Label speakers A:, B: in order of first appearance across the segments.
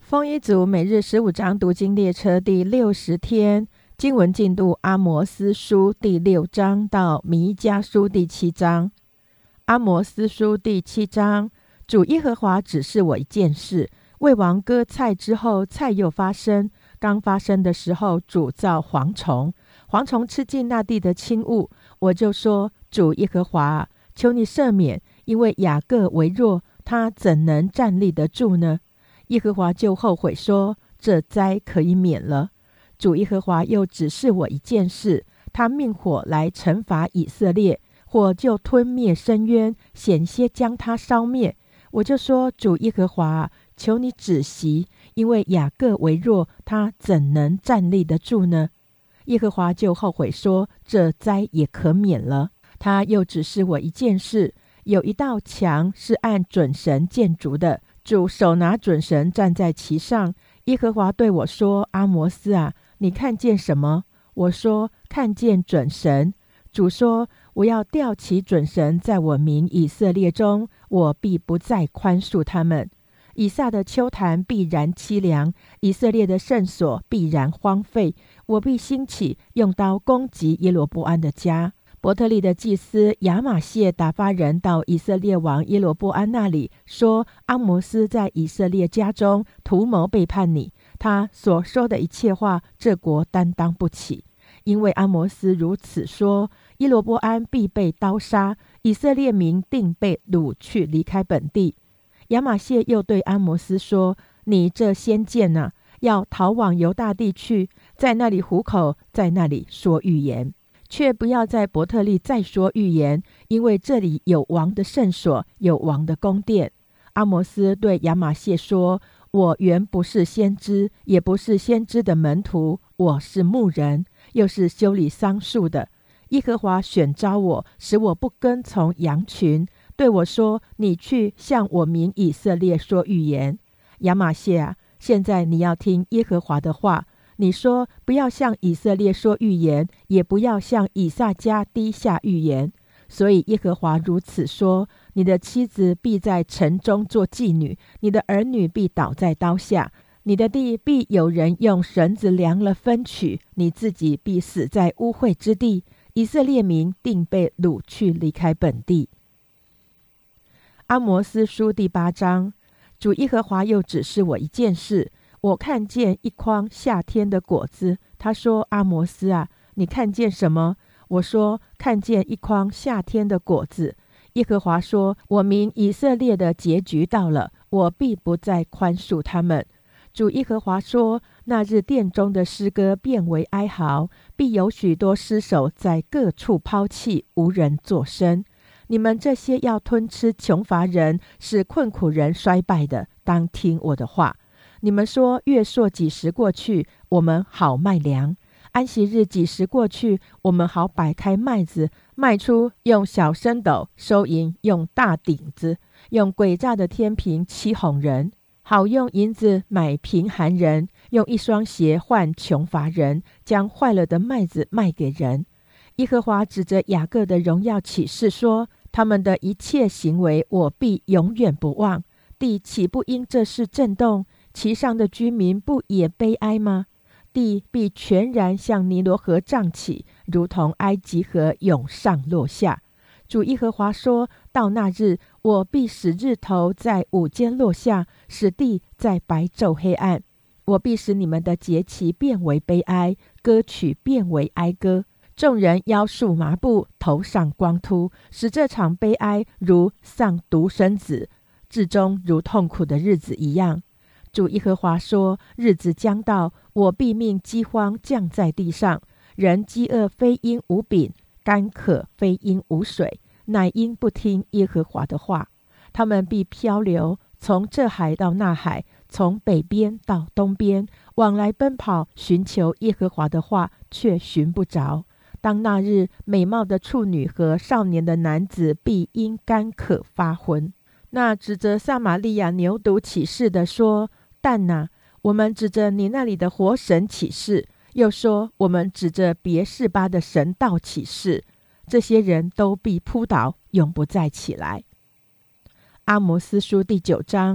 A: 丰一族每日15章读经列车第60天，经文进度阿摩司书第6章到弥迦书第7章。阿摩司书第7章，主耶和华指示我一件事：为王割菜之后，菜又发生。刚发生的时候，主造蝗虫，蝗虫吃尽那地的轻物。我就说：主耶和华，求你赦免，因为雅各为弱，他怎能站立得住呢？耶和华就后悔说：这灾可以免了。主耶和华又指示我一件事：他命火来惩罚以色列，火就吞灭深渊，险些将他烧灭。我就说：主耶和华，求你止息，因为雅各为弱，他怎能站立得住呢？耶和华就后悔说：这灾也可免了。他又指示我一件事：有一道墙是按准绳建筑的，主手拿准绳站在其上。耶和华对我说：阿摩斯啊，你看见什么？我说：看见准绳。主说：我要吊起准绳在我民以色列中，我必不再宽恕他们。以撒的丘坛必然凄凉，以色列的圣所必然荒废。我必兴起，用刀攻击耶罗波安的家。伯特利的祭司亚玛谢打发人到以色列王耶罗波安那里，说：阿摩斯在以色列家中图谋背叛你，他所说的一切话，这国担当不起。因为阿摩斯如此说，耶罗波安必被刀杀，以色列民定被掳去离开本地。亚玛谢又对阿摩斯说：你这先见啊，要逃往犹大地去，在那里糊口，在那里说预言，却不要在伯特利再说预言，因为这里有王的圣所，有王的宫殿。阿摩斯对亚玛谢说：我原不是先知，也不是先知的门徒，我是牧人，又是修理桑树的。耶和华选召我，使我不跟从羊群，对我说：你去向我民以色列说预言。亚玛谢啊，现在你要听耶和华的话。你说：不要向以色列说预言，也不要向以撒家低下预言。所以耶和华如此说：你的妻子必在城中做妓女，你的儿女必倒在刀下，你的地必有人用绳子量了分取，你自己必死在污秽之地。以色列民定被掳去离开本地。阿摩司书第8章，主耶和华又指示我一件事：我看见一筐夏天的果子。他说：阿摩斯啊，你看见什么？我说：看见一筐夏天的果子。耶和华说：我民以色列的结局到了，我必不再宽恕他们。主耶和华说：那日殿中的诗歌变为哀嚎，必有许多尸首在各处抛弃，无人作声。你们这些要吞吃穷乏人，使困苦人衰败的，当听我的话。你们说：月朔几时过去，我们好卖粮；安息日几时过去，我们好摆开麦子，卖出用小升斗，收银用大顶子，用诡诈的天平欺哄人，好用银子买贫寒人，用一双鞋换穷乏人，将坏了的麦子卖给人。耶和华指着雅各的荣耀起誓说：他们的一切行为，我必永远不忘。地岂不因这事震动？其上的居民不也悲哀吗？地必全然向尼罗河涨起，如同埃及河涌上落下。主耶和华说：到那日，我必使日头在午间落下，使地在白昼黑暗。我必使你们的节期变为悲哀，歌曲变为哀歌。众人腰束麻布，头上光秃，使这场悲哀如丧独生子，至终如痛苦的日子一样。主耶和华说：日子将到，我必命饥荒降在地上，人饥饿非因无饼，干渴非因无水，乃因不听耶和华的话。他们必漂流，从这海到那海，从北边到东边，往来奔跑，寻求耶和华的话，却寻不着。当那日，美貌的处女和少年的男子必因干渴发昏。那指着撒玛利亚牛犊起誓的说：但哪，我们指着你那里的活神起誓，又说我们指着别是巴的神道起誓，这些人都必扑倒，永不再起来。阿摩司书第9章，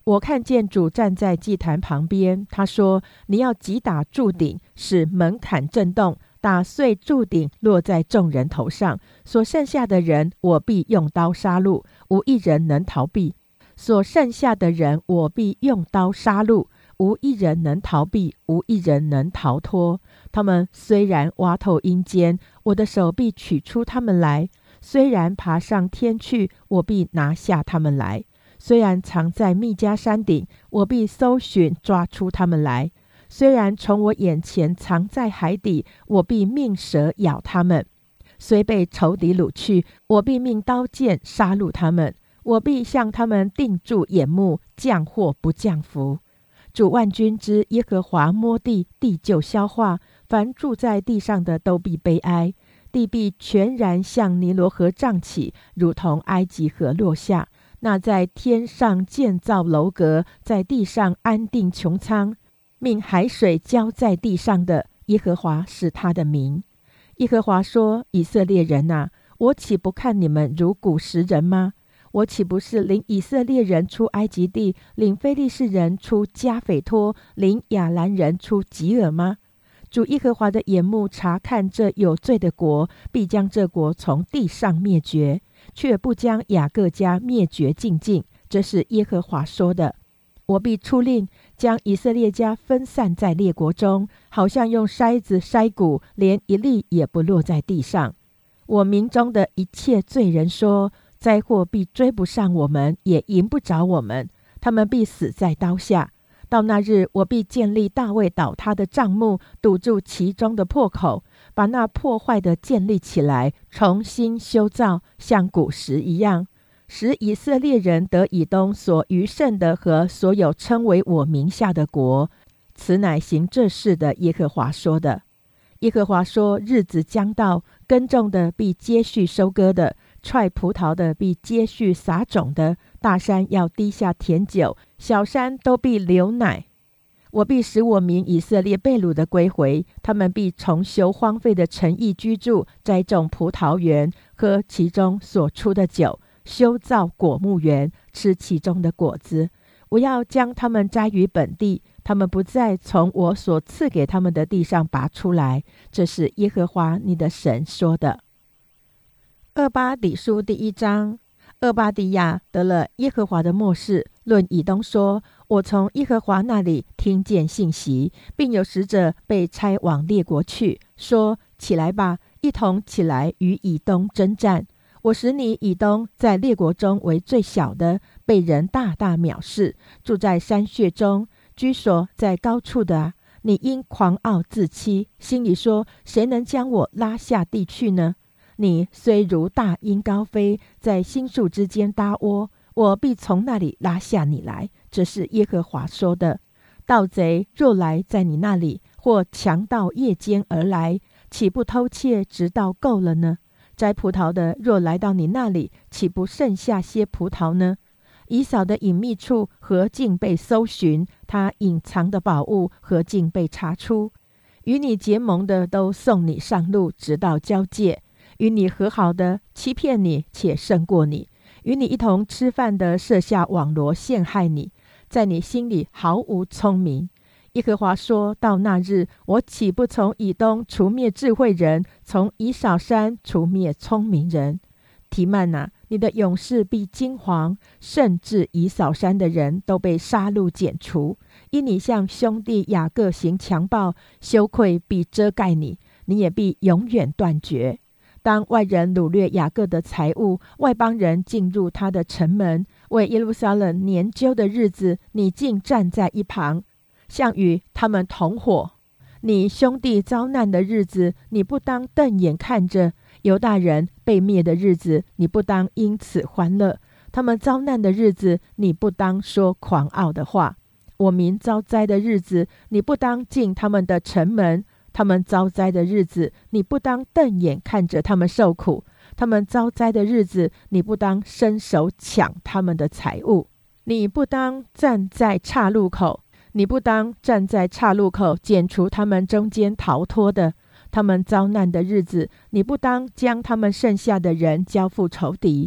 A: 我看见主站在祭坛旁边，他说：你要击打柱顶，使门槛震动，打碎柱顶，落在众人头上。所剩下的人，我必用刀杀戮，无一人能逃避。所剩下的人，我必用刀杀戮，无一人能逃避，无一人能逃脱。他们虽然挖透阴间，我的手必取出他们来；虽然爬上天去，我必拿下他们来；虽然藏在密加山顶，我必搜寻抓出他们来；虽然从我眼前藏在海底，我必命蛇咬他们；虽被仇敌掳去，我必命刀剑杀戮他们；我必向他们定住眼目，降祸不降福。主万军之耶和华摸地，地就消化；凡住在地上的都必悲哀。地必全然向尼罗河涨起，如同埃及河落下。那在天上建造楼阁，在地上安定穹苍，命海水浇在地上的，耶和华是他的名。耶和华说：以色列人啊，我岂不看你们如古时人吗？我岂不是领以色列人出埃及地，领非利士人出加斐托，领亚兰人出吉尔吗？主耶和华的眼目察看这有罪的国，必将这国从地上灭绝，却不将雅各家灭绝尽尽。这是耶和华说的。我必出令，将以色列家分散在列国中，好像用筛子筛谷，连一粒也不落在地上。我民中的一切罪人说，灾祸必追不上我们，也迎不着我们，他们必死在刀下。到那日，我必建立大卫倒塌的帐幕，堵住其中的破口，把那破坏的建立起来，重新修造，像古时一样，使以色列人得以东所余剩的和所有称为我名下的国。此乃行这事的耶和华说的。耶和华说：日子将到，耕种的必接续收割的，踹葡萄的必接续撒种的，大山要滴下甜酒，小山都必流奶。我必使我民以色列被掳的归回，他们必重修荒废的城邑居住，栽种葡萄园，喝其中所出的酒，修造果木园，吃其中的果子。我要将他们摘于本地，他们不再从我所赐给他们的地上拔出来。这是耶和华你的神说的。俄巴底书第1章。俄巴底亚得了耶和华的默示，论以东说：我从耶和华那里听见信息，并有使者被差往列国去，说：起来吧，一同起来与以东征战。我使你以东在列国中为最小的，被人大大藐视，住在山穴中，居所在高处的啊，你因狂傲自欺，心里说：谁能将我拉下地去呢？你虽如大鹰高飞，在新树之间搭窝，我必从那里拉下你来。这是耶和华说的。盗贼若来在你那里，或强盗夜间而来，岂不偷窃直到够了呢？摘葡萄的若来到你那里，岂不剩下些葡萄呢？以扫的隐秘处何竟被搜寻，他隐藏的宝物何竟被查出？与你结盟的都送你上路，直到交界；与你和好的欺骗你，且胜过你；与你一同吃饭的设下网罗陷害你，在你心里毫无聪明。耶和华说：到那日，我岂不从以东除灭智慧人，从以扫山除灭聪明人？提曼啊，你的勇士必惊惶，甚至以扫山的人都被杀戮剪除。因你向兄弟雅各行强暴，羞愧必遮盖你，你也必永远断绝。当外人掳掠雅各的财物，外邦人进入他的城门，为耶路撒冷研究的日子，你竟站在一旁，像与他们同伙。你兄弟遭难的日子，你不当瞪眼看着；犹大人被灭的日子，你不当因此欢乐；他们遭难的日子，你不当说狂傲的话。我民遭灾的日子，你不当进他们的城门；他们遭灾的日子，你不当瞪眼看着他们受苦；他们遭灾的日子，你不当伸手抢他们的财物。你不当站在岔路口，你不当站在岔路口剪除他们中间逃脱的。他们遭难的日子，你不当将他们剩下的人交付仇敌。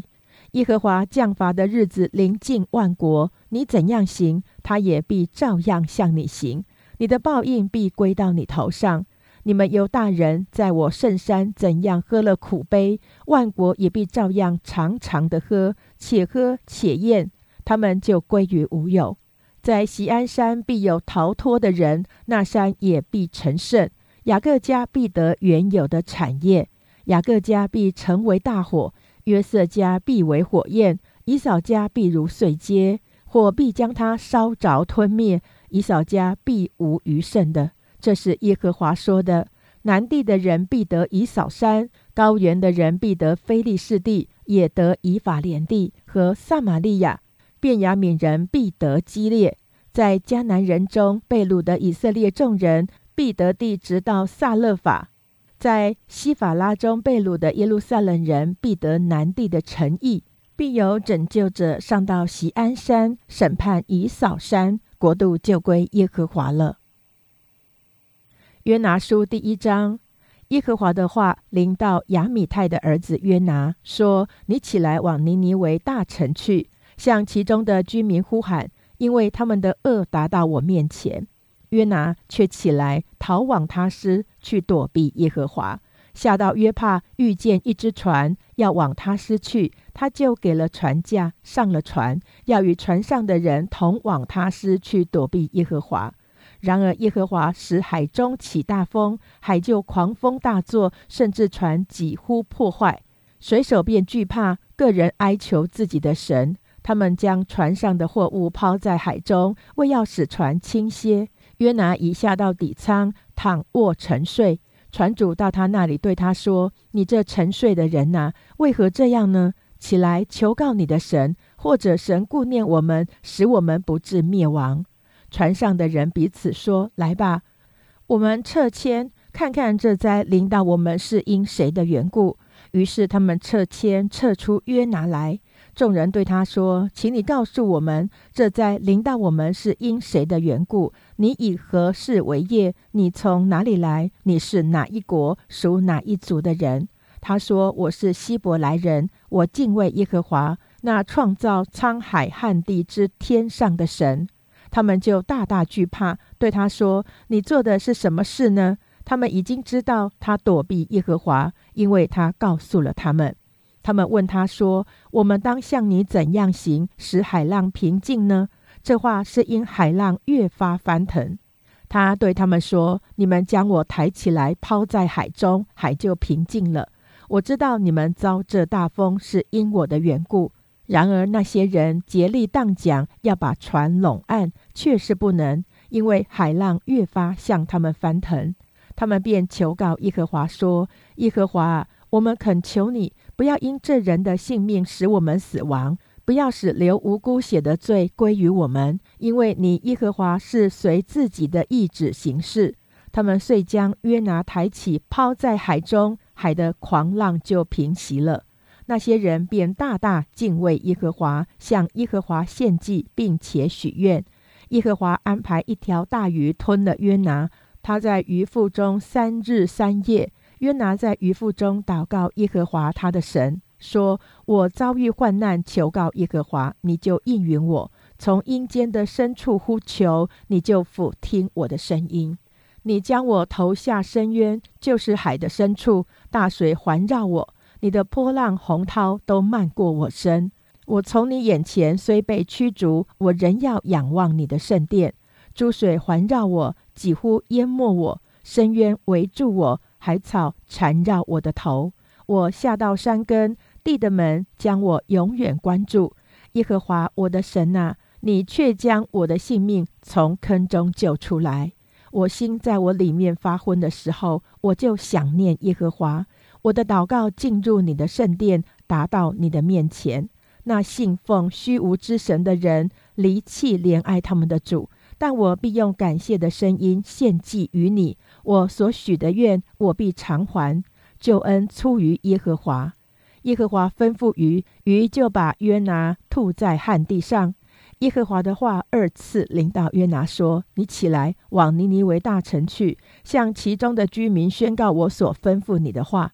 A: 耶和华降罚的日子临近万国，你怎样行，他也必照样向你行，你的报应必归到你头上。你们犹大人在我圣山怎样喝了苦杯，万国也必照样常常的喝，且喝且咽，他们就归于无有。在锡安山必有逃脱的人，那山也必成圣。雅各家必得原有的产业，雅各家必成为大火，约瑟家必为火焰，以扫家必如碎秸，火必将他烧着吞灭，以扫家必无余剩的。这是耶和华说的。南地的人必得以扫山，高原的人必得非利士地，也得以法莲地和撒玛利亚。便雅悯人必得基列，在迦南人中被掳的以色列众人必得地直到撒勒法，在西法拉中被掳的耶路撒冷人必得南地的城邑，必有拯救者上到锡安山审判以扫山，国度就归耶和华了。约拿书第1章。耶和华的话临到亚米太的儿子约拿，说：你起来往尼尼微大城去，向其中的居民呼喊，因为他们的恶达到我面前。约拿却起来逃往他施，去躲避耶和华。下到约帕，遇见一只船要往他施去，他就给了船价，上了船，要与船上的人同往他施去躲避耶和华。然而耶和华使海中起大风，海就狂风大作，甚至船几乎破坏，水手便惧怕，个人哀求自己的神。他们将船上的货物抛在海中，为要使船倾歇。约拿已下到底舱，躺卧沉睡。船主到他那里对他说：你这沉睡的人啊，为何这样呢？起来求告你的神，或者神顾念我们，使我们不致灭亡。船上的人彼此说：来吧，我们撤迁，看看这灾临到我们是因谁的缘故。于是他们撤迁，撤出约拿来。众人对他说：请你告诉我们，这灾临到我们是因谁的缘故？你以何事为业？你从哪里来？你是哪一国，属哪一族的人？他说：我是希伯来人，我敬畏耶和华，那创造沧海旱地之天上的神。他们就大大惧怕，对他说：你做的是什么事呢？他们已经知道他躲避耶和华，因为他告诉了他们。他们问他说：我们当向你怎样行，使海浪平静呢？这话是因海浪越发翻腾。他对他们说：你们将我抬起来抛在海中，海就平静了。我知道你们遭这大风是因我的缘故。然而那些人竭力荡桨，要把船拢岸，却是不能，因为海浪越发向他们翻腾。他们便求告耶和华说：耶和华啊，我们恳求你，不要因这人的性命使我们死亡，不要使流无辜血的罪归于我们，因为你耶和华是随自己的意志行事。他们遂将约拿抬起，抛在海中，海的狂浪就平息了。那些人便大大敬畏耶和华，向耶和华献祭，并且许愿。耶和华安排一条大鱼吞了约拿，他在鱼腹中3日3夜。约拿在鱼腹中祷告耶和华他的神，说：我遭遇患难，求告耶和华，你就应允我；从阴间的深处呼求，你就俯听我的声音。你将我投下深渊，就是海的深处，大水环绕我，你的波浪洪涛都漫过我身。我从你眼前虽被驱逐，我仍要仰望你的圣殿。诸水环绕我，几乎淹没我，深渊围住我，海草缠绕我的头。我下到山根，地的门将我永远关住。耶和华我的神啊，你却将我的性命从坑中救出来。我心在我里面发昏的时候，我就想念耶和华。我的祷告进入你的圣殿，达到你的面前。那信奉虚无之神的人离弃怜爱他们的主，但我必用感谢的声音献祭于你。我所许的愿，我必偿还。救恩出于耶和华。耶和华吩咐鱼，鱼就把约拿吐在旱地上。耶和华的话2次临到约拿说：你起来，往尼尼微大城去，向其中的居民宣告我所吩咐你的话。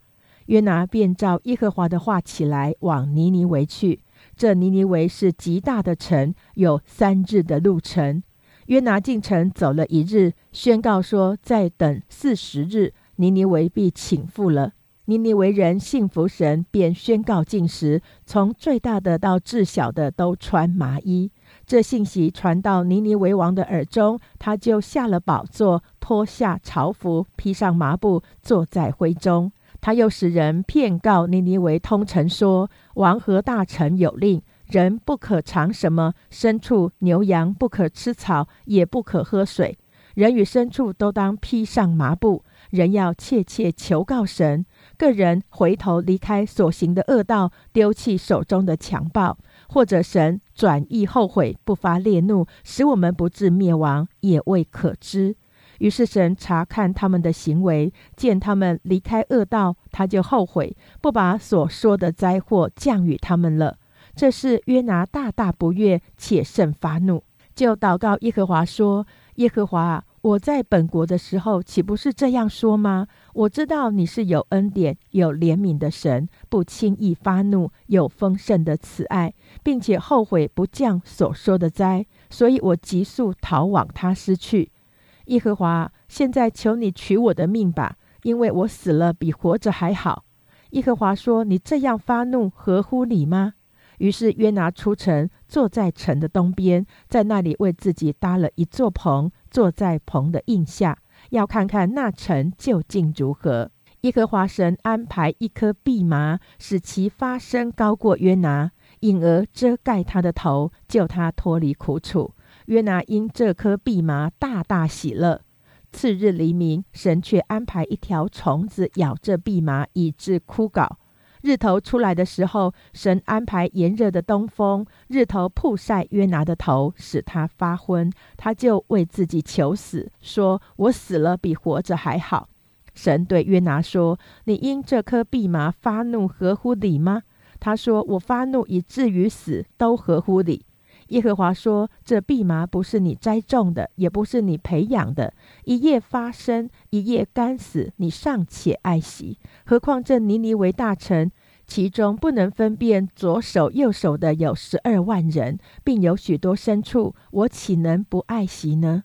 A: 约拿便照耶和华的话起来，往尼尼微去。这尼尼微是极大的城，有3日的路程。约拿进城走了1日，宣告说，再等40日，尼尼微必倾覆了。尼尼微人信服神，便宣告禁食，从最大的到至小的都穿麻衣。这信息传到尼尼微王的耳中，他就下了宝座，脱下朝服，披上麻布，坐在灰中。他又使人骗告尼尼微通城说，王和大臣有令，人不可尝什么，牲畜牛羊不可吃草，也不可喝水。人与牲畜都当披上麻布，人要切切求告神，个人回头离开所行的恶道，丢弃手中的强暴，或者神转意后悔，不发烈怒，使我们不致灭亡，也未可知。于是神查看他们的行为，见他们离开恶道，他就后悔，不把所说的灾祸降与他们了。这是约拿大大不悦，且甚发怒，就祷告耶和华说，耶和华，我在本国的时候岂不是这样说吗？我知道你是有恩典有怜悯的神，不轻易发怒，有丰盛的慈爱，并且后悔不降所说的灾，所以我急速逃往他施去。耶和华，现在求你取我的命吧，因为我死了比活着还好。耶和华说，你这样发怒合乎理吗？于是约拿出城，坐在城的东边，在那里为自己搭了一座棚，坐在棚的印下，要看看那城究竟如何。耶和华神安排一棵蓖麻，使其发声高过约拿，引而遮盖他的头，救他脱离苦楚。约拿因这棵蓖麻大大喜乐。次日黎明，神却安排一条虫子咬这蓖麻，以致枯槁。日头出来的时候，神安排炎热的东风，日头曝晒约拿的头，使他发昏，他就为自己求死，说，我死了比活着还好。神对约拿说，你因这棵蓖麻发怒合乎理吗？他说，我发怒以至于死，都合乎理。耶和华说，这蓖麻不是你栽种的，也不是你培养的，一夜发生，一夜干死，你尚且爱惜，何况这尼尼微大城，其中不能分辨左手右手的有12万人，并有许多牲畜，我岂能不爱惜呢？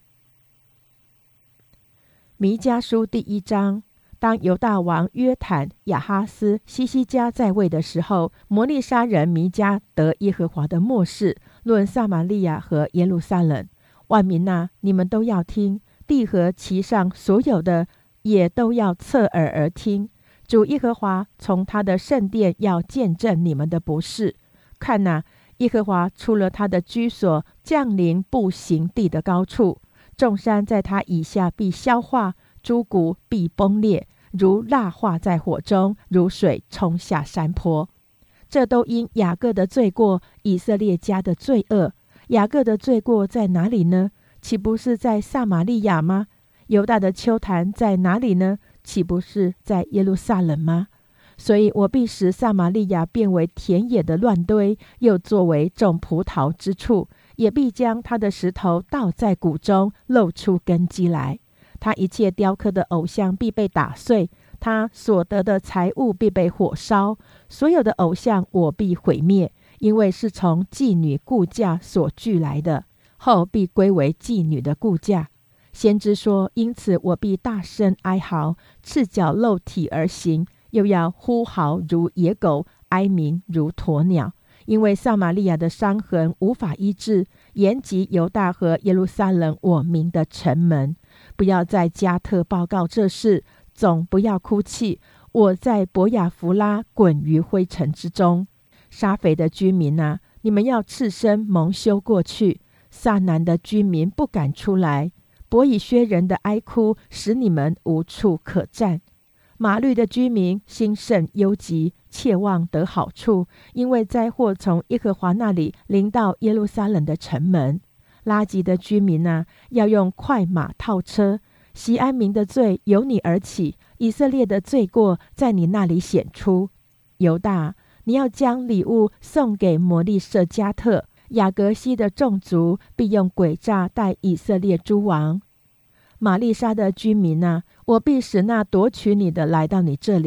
A: 弥迦书第1章。当犹大王约坦、亚哈斯、西西家在位的时候，摩利沙人弥迦得耶和华的默示，论撒玛利亚和耶路撒冷。万民啊，你们都要听，地和其上所有的也都要侧耳而听。主耶和华从他的圣殿要见证你们的不是。看哪，耶和华出了他的居所，降临步行地的高处，众山在他以下必消化，诸谷必崩裂，如蜡化在火中，如水冲下山坡。这都因雅各的罪过，以色列家的罪恶。雅各的罪过在哪里呢？岂不是在撒玛利亚吗？犹大的丘坛在哪里呢？岂不是在耶路撒冷吗？所以我必使撒玛利亚变为田野的乱堆，又作为种葡萄之处，也必将他的石头倒在谷中，露出根基来。他一切雕刻的偶像必被打碎，他所得的财物必被火烧，所有的偶像我必毁灭，因为是从妓女雇价所聚来的，后必归为妓女的雇价。先知说，因此我必大声哀嚎，赤脚露体而行，又要呼嚎如野狗，哀鸣如鸵鸟。因为撒玛利亚的伤痕无法医治，延及犹大和耶路撒冷我民的城门。不要在加特报告这事，总不要哭泣。我在伯亚弗拉滚于灰尘之中。沙斐的居民啊，你们要赤身蒙羞过去。撒南的居民不敢出来。伯以薛人的哀哭使你们无处可站。马律的居民心甚忧急，切望得好处，因为灾祸从耶和华那里临到耶路撒冷的城门。拉吉的居民啊，要用快马套车。锡安民的罪由你而起，以色列的罪过在你那里显出。犹大，你要将礼物送给摩利舍加特，雅各西的众族必用诡诈待以色列诸王。玛丽莎的居民啊，我必使那夺取你的来到你这里，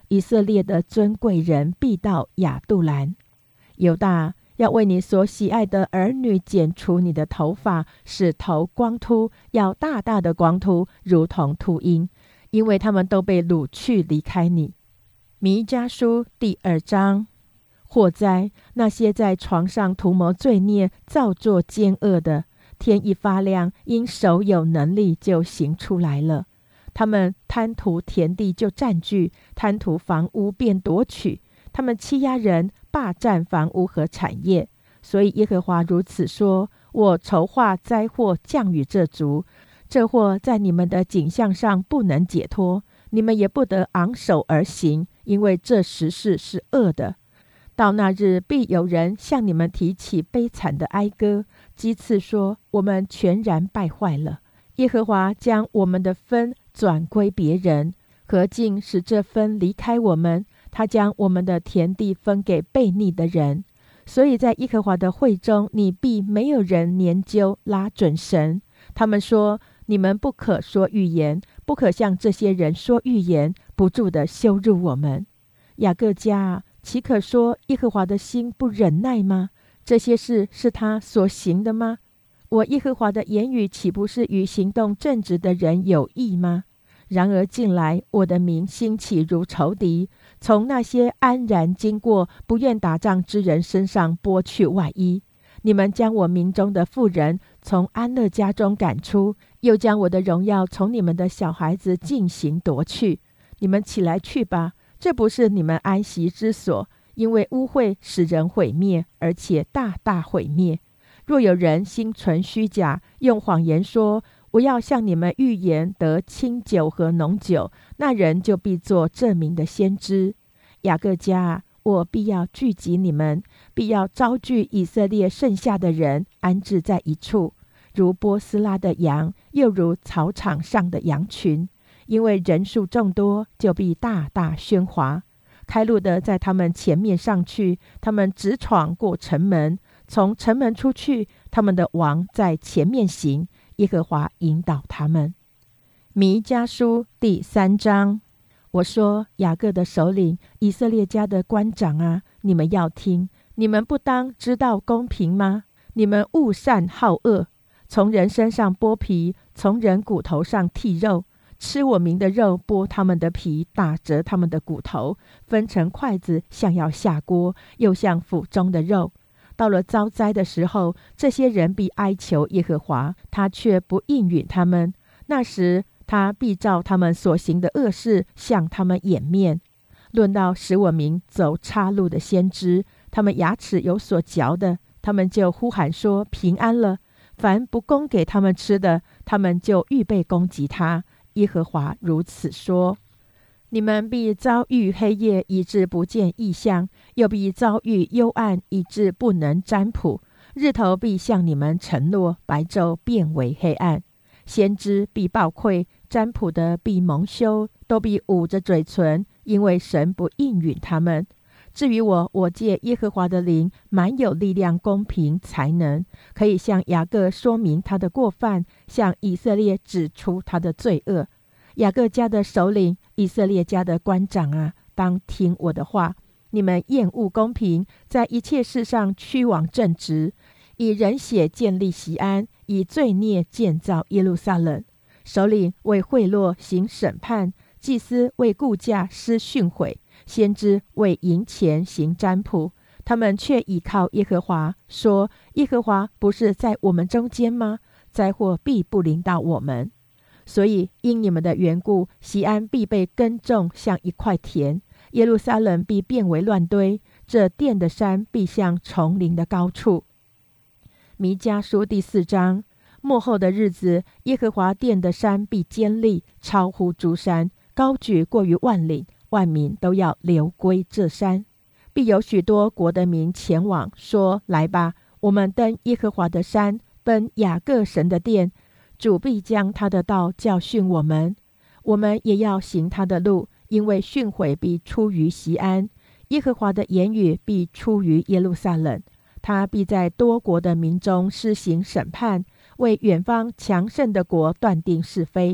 A: 以色列的尊贵人必到亚杜兰。犹大，要为你所喜爱的儿女剪除你的头发，使头光秃，要大大的光秃，如同秃鹰，因为他们都被掳去离开你。弥迦书第2章。祸哉，那些在床上图谋罪孽、造作奸恶的，天一发亮，因手有能力就行出来了。他们贪图田地就占据，贪图房屋便夺取。他们欺压人，霸占房屋和产业。所以耶和华如此说：我筹划灾祸降与这族，这祸在你们的颈项上不能解脱，你们也不得昂首而行，因为这时事是恶的。到那日，必有人向你们提起悲惨的哀歌，讥刺说：我们全然败坏了。耶和华将我们的分转归别人，何竟使这分离开我们？他将我们的田地分给悖逆的人。所以在耶和华的会中，你必没有人研究拉准绳。他们说：你们不可说预言，不可向这些人说预言，不住地羞辱我们。雅各家啊，岂可说耶和华的心不忍耐吗？这些事是他所行的吗？我耶和华的言语岂不是与行动正直的人有益吗？然而近来我的民兴起如仇敌，从那些安然经过不愿打仗之人身上剥去外衣。你们将我民中的妇人从安乐家中赶出，又将我的荣耀从你们的小孩子进行夺去。你们起来去吧，这不是你们安息之所，因为污秽使人毁灭，而且大大毁灭。若有人心存虚假，用谎言说：我要向你们预言得清酒和浓酒，那人就必做这名的先知。雅各家啊，我必要聚集你们，必要招聚以色列剩下的人，安置在一处，如波斯拉的羊，又如草场上的羊群。因为人数众多，就必大大喧哗。开路的在他们前面上去，他们直闯过城门，从城门出去，他们的王在前面行，耶和华引导他们。弥迦书第3章。我说：雅各的首领，以色列家的官长啊，你们要听，你们不当知道公平吗？你们恶善好恶，从人身上剥皮，从人骨头上剔肉，吃我民的肉，剥他们的皮，打折他们的骨头，分成筷子，像要下锅，又像腹中的肉。到了遭灾的时候，这些人必哀求耶和华，他却不应允他们。那时他必照他们所行的恶事向他们掩面。论到使我民走岔路的先知，他们牙齿有所嚼的，他们就呼喊说平安了。凡不供给他们吃的，他们就预备攻击他。耶和华如此说：你们必遭遇黑夜，以致不见异象；又必遭遇幽暗，以致不能占卜。日头必向你们沉落，白昼变为黑暗。先知必暴愧，占卜的必蒙羞，都必捂着嘴唇，因为神不应允他们。至于我，我借耶和华的灵，满有力量、公平、才能，可以向雅各说明他的过犯，向以色列指出他的罪恶。雅各家的首领，以色列家的官长啊，当听我的话。你们厌恶公平，在一切事上屈枉正直，以人血建立锡安，以罪孽建造耶路撒冷。首领为贿赂行审判，祭司为雇价施训诲，先知为银钱行占卜。他们却倚靠耶和华，说：耶和华不是在我们中间吗？灾祸必不临到我们。所以因你们的缘故，锡安必被耕种，像一块田；耶路撒冷必变为乱堆，这殿的山必像丛林的高处。弥迦书第4章。末后的日子，耶和华殿的山必坚立，超乎诸山，高举过于万岭，万民都要流归这山。必有许多国的民前往，说：来吧，我们登耶和华的山，奔雅各神的殿。主必将他的道教训我们，我们也要行他的路，因为训诲必出于锡安，耶和华的言语必出于耶路撒冷。他必在多国的民中施行审判，为远方强盛的国断定是非。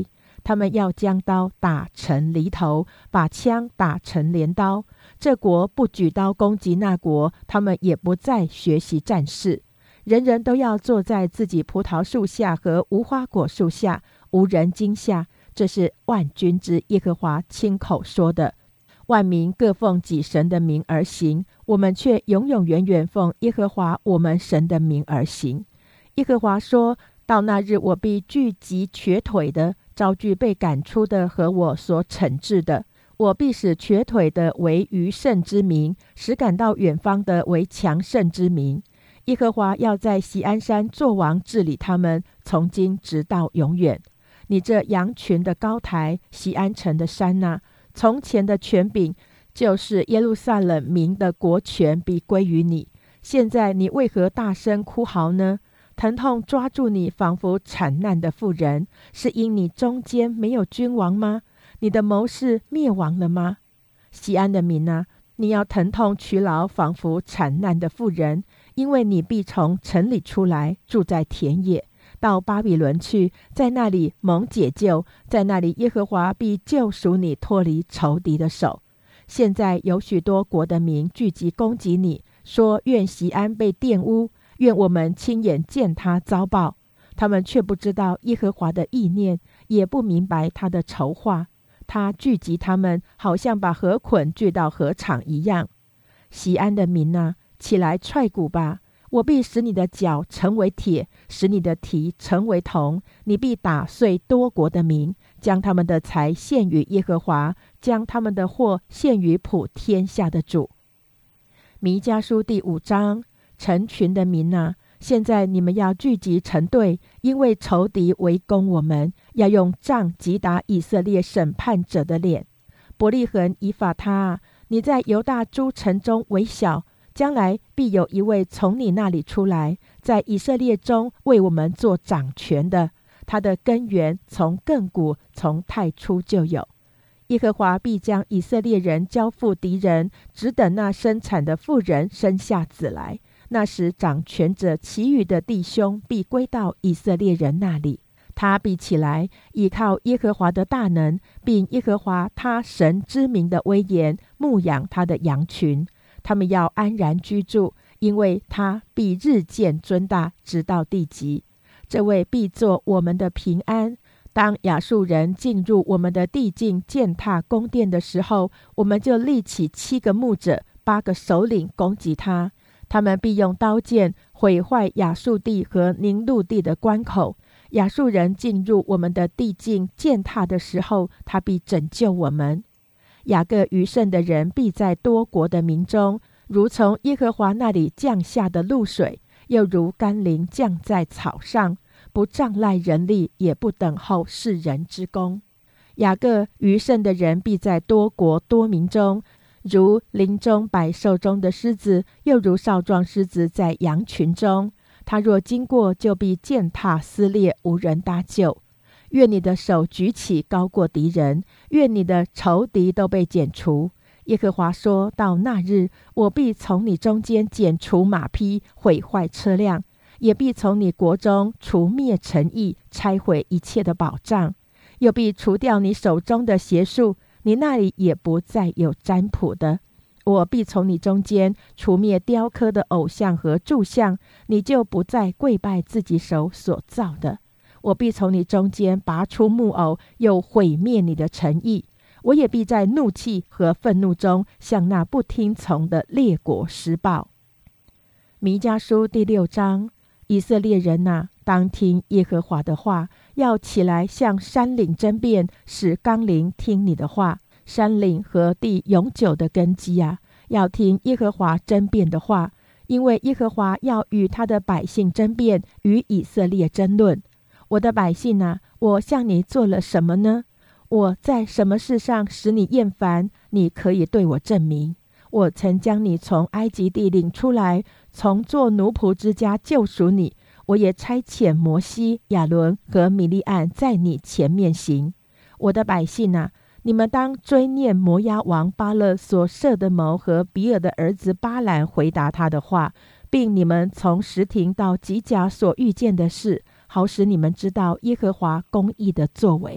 A: 他们要将刀打成犁头，把枪打成镰刀。这国不举刀攻击那国，他们也不再学习战事。人人都要坐在自己葡萄树下和无花果树下，无人惊吓。这是万军之耶和华亲口说的。万民各奉己神的名而行，我们却永永远远奉耶和华我们神的名而行。耶和华说，到那日，我必聚集瘸腿的，招聚被赶出的和我所惩治的。我必使瘸腿的为余胜之民，使赶到远方的为强盛之民。耶和华要在锡安山作王，治理他们，从今直到永远。你这羊群的高台，锡安城的山啊，从前的权柄，就是耶路撒冷民的国权，必归于你。现在你为何大声哭嚎呢？疼痛抓住你，仿佛产难的妇人，是因你中间没有君王吗？你的谋士灭亡了吗？锡安的民啊，你要疼痛劬劳，仿佛产难的妇人，因为你必从城里出来，住在田野，到巴比伦去，在那里蒙解救，在那里耶和华必救赎你，脱离仇敌的手。现在有许多国的民聚集攻击你，说愿锡安被玷污，愿我们亲眼见他遭报。他们却不知道耶和华的意念，也不明白他的筹划。他聚集他们，好像把河捆聚到河场一样。锡安的民啊，起来踹鼓吧！我必使你的脚成为铁，使你的蹄成为铜。你必打碎多国的民，将他们的财献于耶和华，将他们的货献于普天下的主。弥迦书第5章。成群的民啊，现在你们要聚集成队，因为仇敌围攻我们，要用杖击打以色列审判者的脸。伯利恒以法他啊，你在犹大诸城中为小，将来必有一位从你那里出来，在以色列中为我们做掌权的。他的根源从亘古，从太初就有。耶和华必将以色列人交付敌人，只等那生产的妇人生下子来。那时掌权者其余的弟兄必归到以色列人那里，他必起来，依靠耶和华的大能，并耶和华他神之名的威严，牧养他的羊群。他们要安然居住，因为他必日渐尊大，直到地极。这位必作我们的平安。当亚述人进入我们的地境，践踏宫殿的时候，我们就立起7个牧者、8个首领攻击他。他们必用刀剑毁坏亚述地和宁录地的关口。亚述人进入我们的地境践踏的时候，他必拯救我们。雅各余剩的人必在多国的民中，如从耶和华那里降下的露水，又如甘霖降在草上，不仗赖人力，也不等候世人之功。雅各余剩的人必在多国多民中，如林中百兽中的狮子，又如少壮狮子在羊群中。他若经过，就必践踏撕裂，无人搭救。愿你的手举起高过敌人，愿你的仇敌都被剪除。耶和华说，到那日，我必从你中间剪除马匹，毁坏车辆，也必从你国中除灭城邑，拆毁一切的宝藏，又必除掉你手中的邪术，你那里也不再有占卜的。我必从你中间除灭雕刻的偶像和柱像，你就不再跪拜自己手所造的。我必从你中间拔出木偶，又毁灭你的城邑。我也必在怒气和愤怒中向那不听从的列国施报。弥迦书第6章。以色列人啊，当听耶和华的话，要起来向山岭争辩，使冈陵听你的话。山岭和地永久的根基啊，要听耶和华争辩的话，因为耶和华要与他的百姓争辩，与以色列争论。我的百姓啊，我向你做了什么呢？我在什么事上使你厌烦？你可以对我证明。我曾将你从埃及地领出来，从做奴仆之家救赎你。我也差遣摩西、亚伦和米利暗在你前面行。我的百姓啊，你们当追念摩押王巴勒所设的谋和比尔的儿子巴兰回答他的话，并你们从什亭到吉甲所遇见的事，好使你们知道耶和华公义的作为。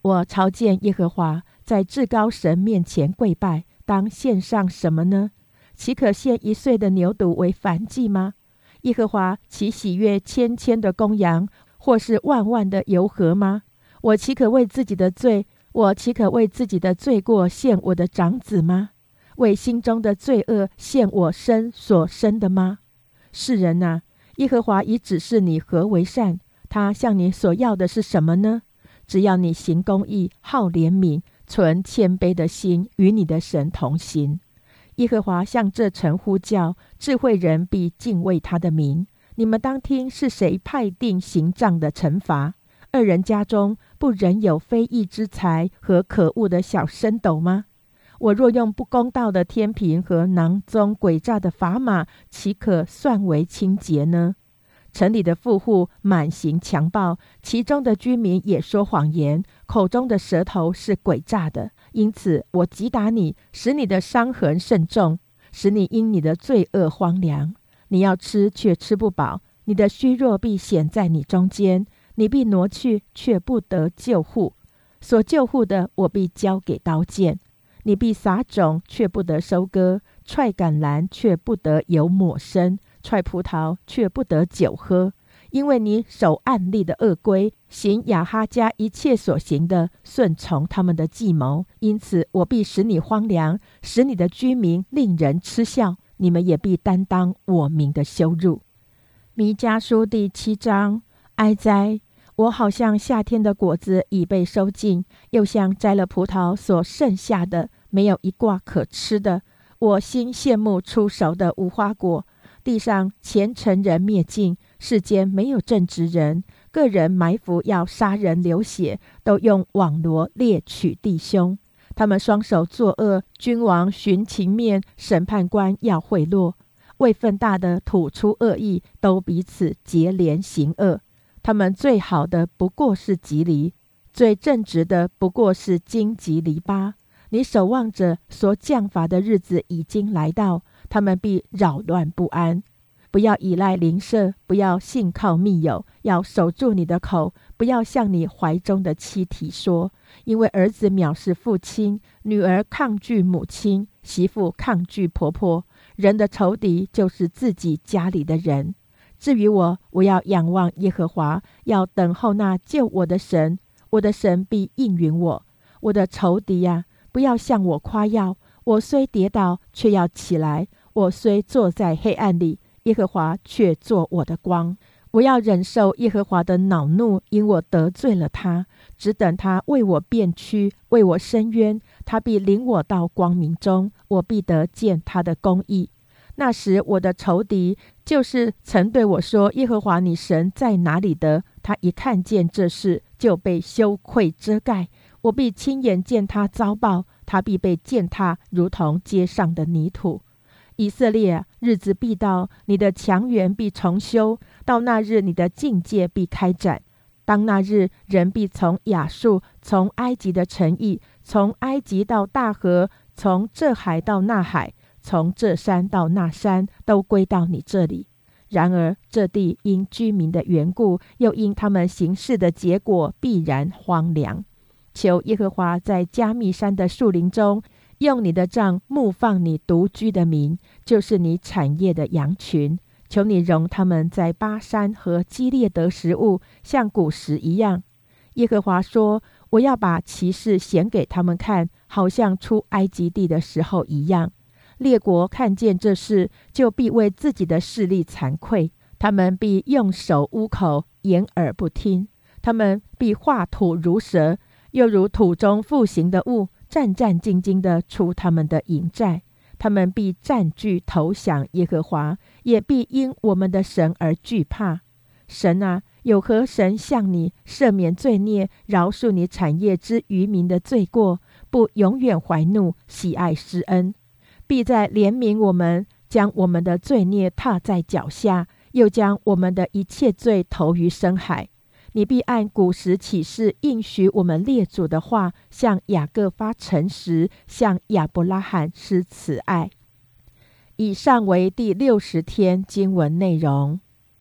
A: 我朝见耶和华，在至高神面前跪拜，当献上什么呢？岂可献1岁的牛犊为燔祭吗？耶和华岂喜悦千千的公羊，或是万万的油河吗？我岂可为自己的罪过献我的长子吗？为心中的罪恶献我身所生的吗？世人啊，耶和华已指示你何为善，他向你所要的是什么呢？只要你行公义，好怜悯，存谦卑的心，与你的神同行。耶和华向这城呼叫，智慧人必敬畏他的名。你们当听是谁派定刑杖的惩罚？二人家中不仍有非义之财和可恶的小升斗吗？我若用不公道的天平和囊中诡诈的砝码，岂可算为清洁呢？城里的富户满行强暴，其中的居民也说谎言，口中的舌头是诡诈的。因此我击打你，使你的伤痕甚重，使你因你的罪恶荒凉。你要吃却吃不饱，你的虚弱必显在你中间，你必挪去却不得救护，所救护的我必交给刀剑。你必撒种却不得收割，踹橄榄却不得有抹生，踹葡萄却不得酒喝。因为你守暗利的恶规，行亚哈家一切所行的，顺从他们的计谋，因此我必使你荒凉，使你的居民令人嗤笑，你们也必担当我名的羞辱。弥迦书第7章。哀哉！我好像夏天的果子已被收尽，又像摘了葡萄所剩下的，没有一挂可吃的。我心羡慕出熟的无花果，地上虔诚人灭尽，世间没有正直人，个人埋伏要杀人流血，都用网罗猎取弟兄。他们双手作恶，君王寻情面，审判官要贿赂。位分大的吐出恶意，都彼此结连行恶。他们最好的不过是吉藜，最正直的不过是荆棘篱笆。你守望着所降罚的日子已经来到，他们必扰乱不安。不要依赖邻舍，不要信靠密友，要守住你的口，不要向你怀中的妻提说，因为儿子藐视父亲，女儿抗拒母亲，媳妇抗拒婆婆。人的仇敌就是自己家里的人。至于我，我要仰望耶和华，要等候那救我的神，我的神必应允我。我的仇敌啊，不要向我夸耀，我虽跌倒，却要起来；我虽坐在黑暗里，耶和华却做我的光。我要忍受耶和华的恼怒，因我得罪了他，只等他为我辩屈，为我伸冤，他必领我到光明中，我必得见他的公义。那时我的仇敌，就是曾对我说耶和华你神在哪里的，他一看见这事，就被羞愧遮盖。我必亲眼见他遭报，他必被践踏，如同街上的泥土。以色列啊，日子必到，你的墙垣必重修，到那日你的境界必开展。当那日，人必从亚述，从埃及的城邑，从埃及到大河，从这海到那海，从这山到那山，都归到你这里。然而这地因居民的缘故，又因他们行事的结果，必然荒凉。求耶和华在加密山的树林中，用你的杖牧放你独居的民，就是你产业的羊群。求你容他们在巴山和基列得食物，像古时一样。耶和华说，我要把奇事显给他们看，好像出埃及地的时候一样。列国看见这事，就必为自己的势力惭愧，他们必用手捂口，掩耳不听。他们必化土如蛇，又如土中复行的物，战战兢兢地出他们的营寨。他们必占据投降耶和华，也必因我们的神而惧怕。神啊，有何神向你赦免罪孽，饶恕你产业之渔民的罪过，不永远怀怒，喜爱施恩，必在怜悯我们，将我们的罪孽踏在脚下，又将我们的一切罪投于深海。你必按古时启示应许我们列祖的话，向雅各发诚实，向亚伯拉罕施慈爱。以上为第60天经文内容。